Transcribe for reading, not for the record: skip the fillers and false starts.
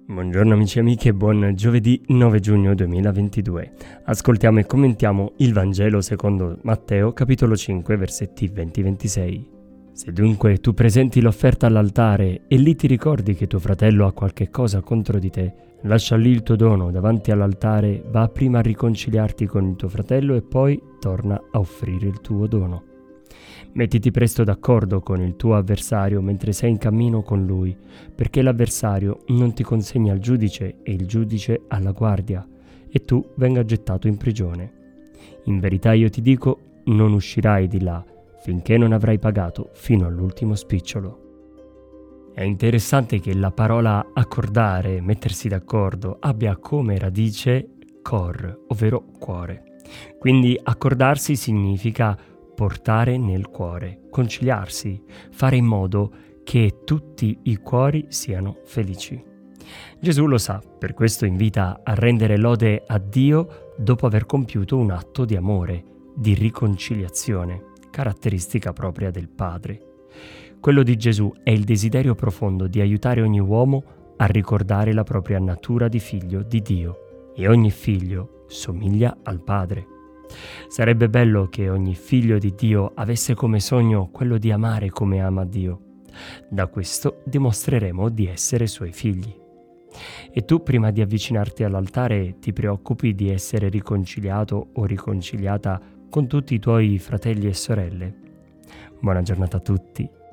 Buongiorno amici e amiche, buon giovedì 9 giugno 2022. Ascoltiamo e commentiamo il Vangelo secondo Matteo, capitolo 5, versetti 20-26. Se dunque tu presenti l'offerta all'altare e lì ti ricordi che tuo fratello ha qualche cosa contro di te, lascia lì il tuo dono davanti all'altare, va prima a riconciliarti con il tuo fratello e poi torna a offrire il tuo dono. Mettiti presto d'accordo con il tuo avversario mentre sei in cammino con lui, perché l'avversario non ti consegna al giudice e il giudice alla guardia, e tu venga gettato in prigione. In verità io ti dico, non uscirai di là, finché non avrai pagato fino all'ultimo spicciolo. È interessante che la parola accordare, mettersi d'accordo, abbia come radice cor, ovvero cuore. Quindi accordarsi significa portare nel cuore, conciliarsi, fare in modo che tutti i cuori siano felici. Gesù lo sa, per questo invita a rendere lode a Dio dopo aver compiuto un atto di amore, di riconciliazione, caratteristica propria del Padre. Quello di Gesù è il desiderio profondo di aiutare ogni uomo a ricordare la propria natura di figlio di Dio, e ogni figlio somiglia al Padre. Sarebbe bello che ogni figlio di Dio avesse come sogno quello di amare come ama Dio. Da questo dimostreremo di essere suoi figli. E tu, prima di avvicinarti all'altare, ti preoccupi di essere riconciliato o riconciliata con tutti i tuoi fratelli e sorelle? Buona giornata a tutti.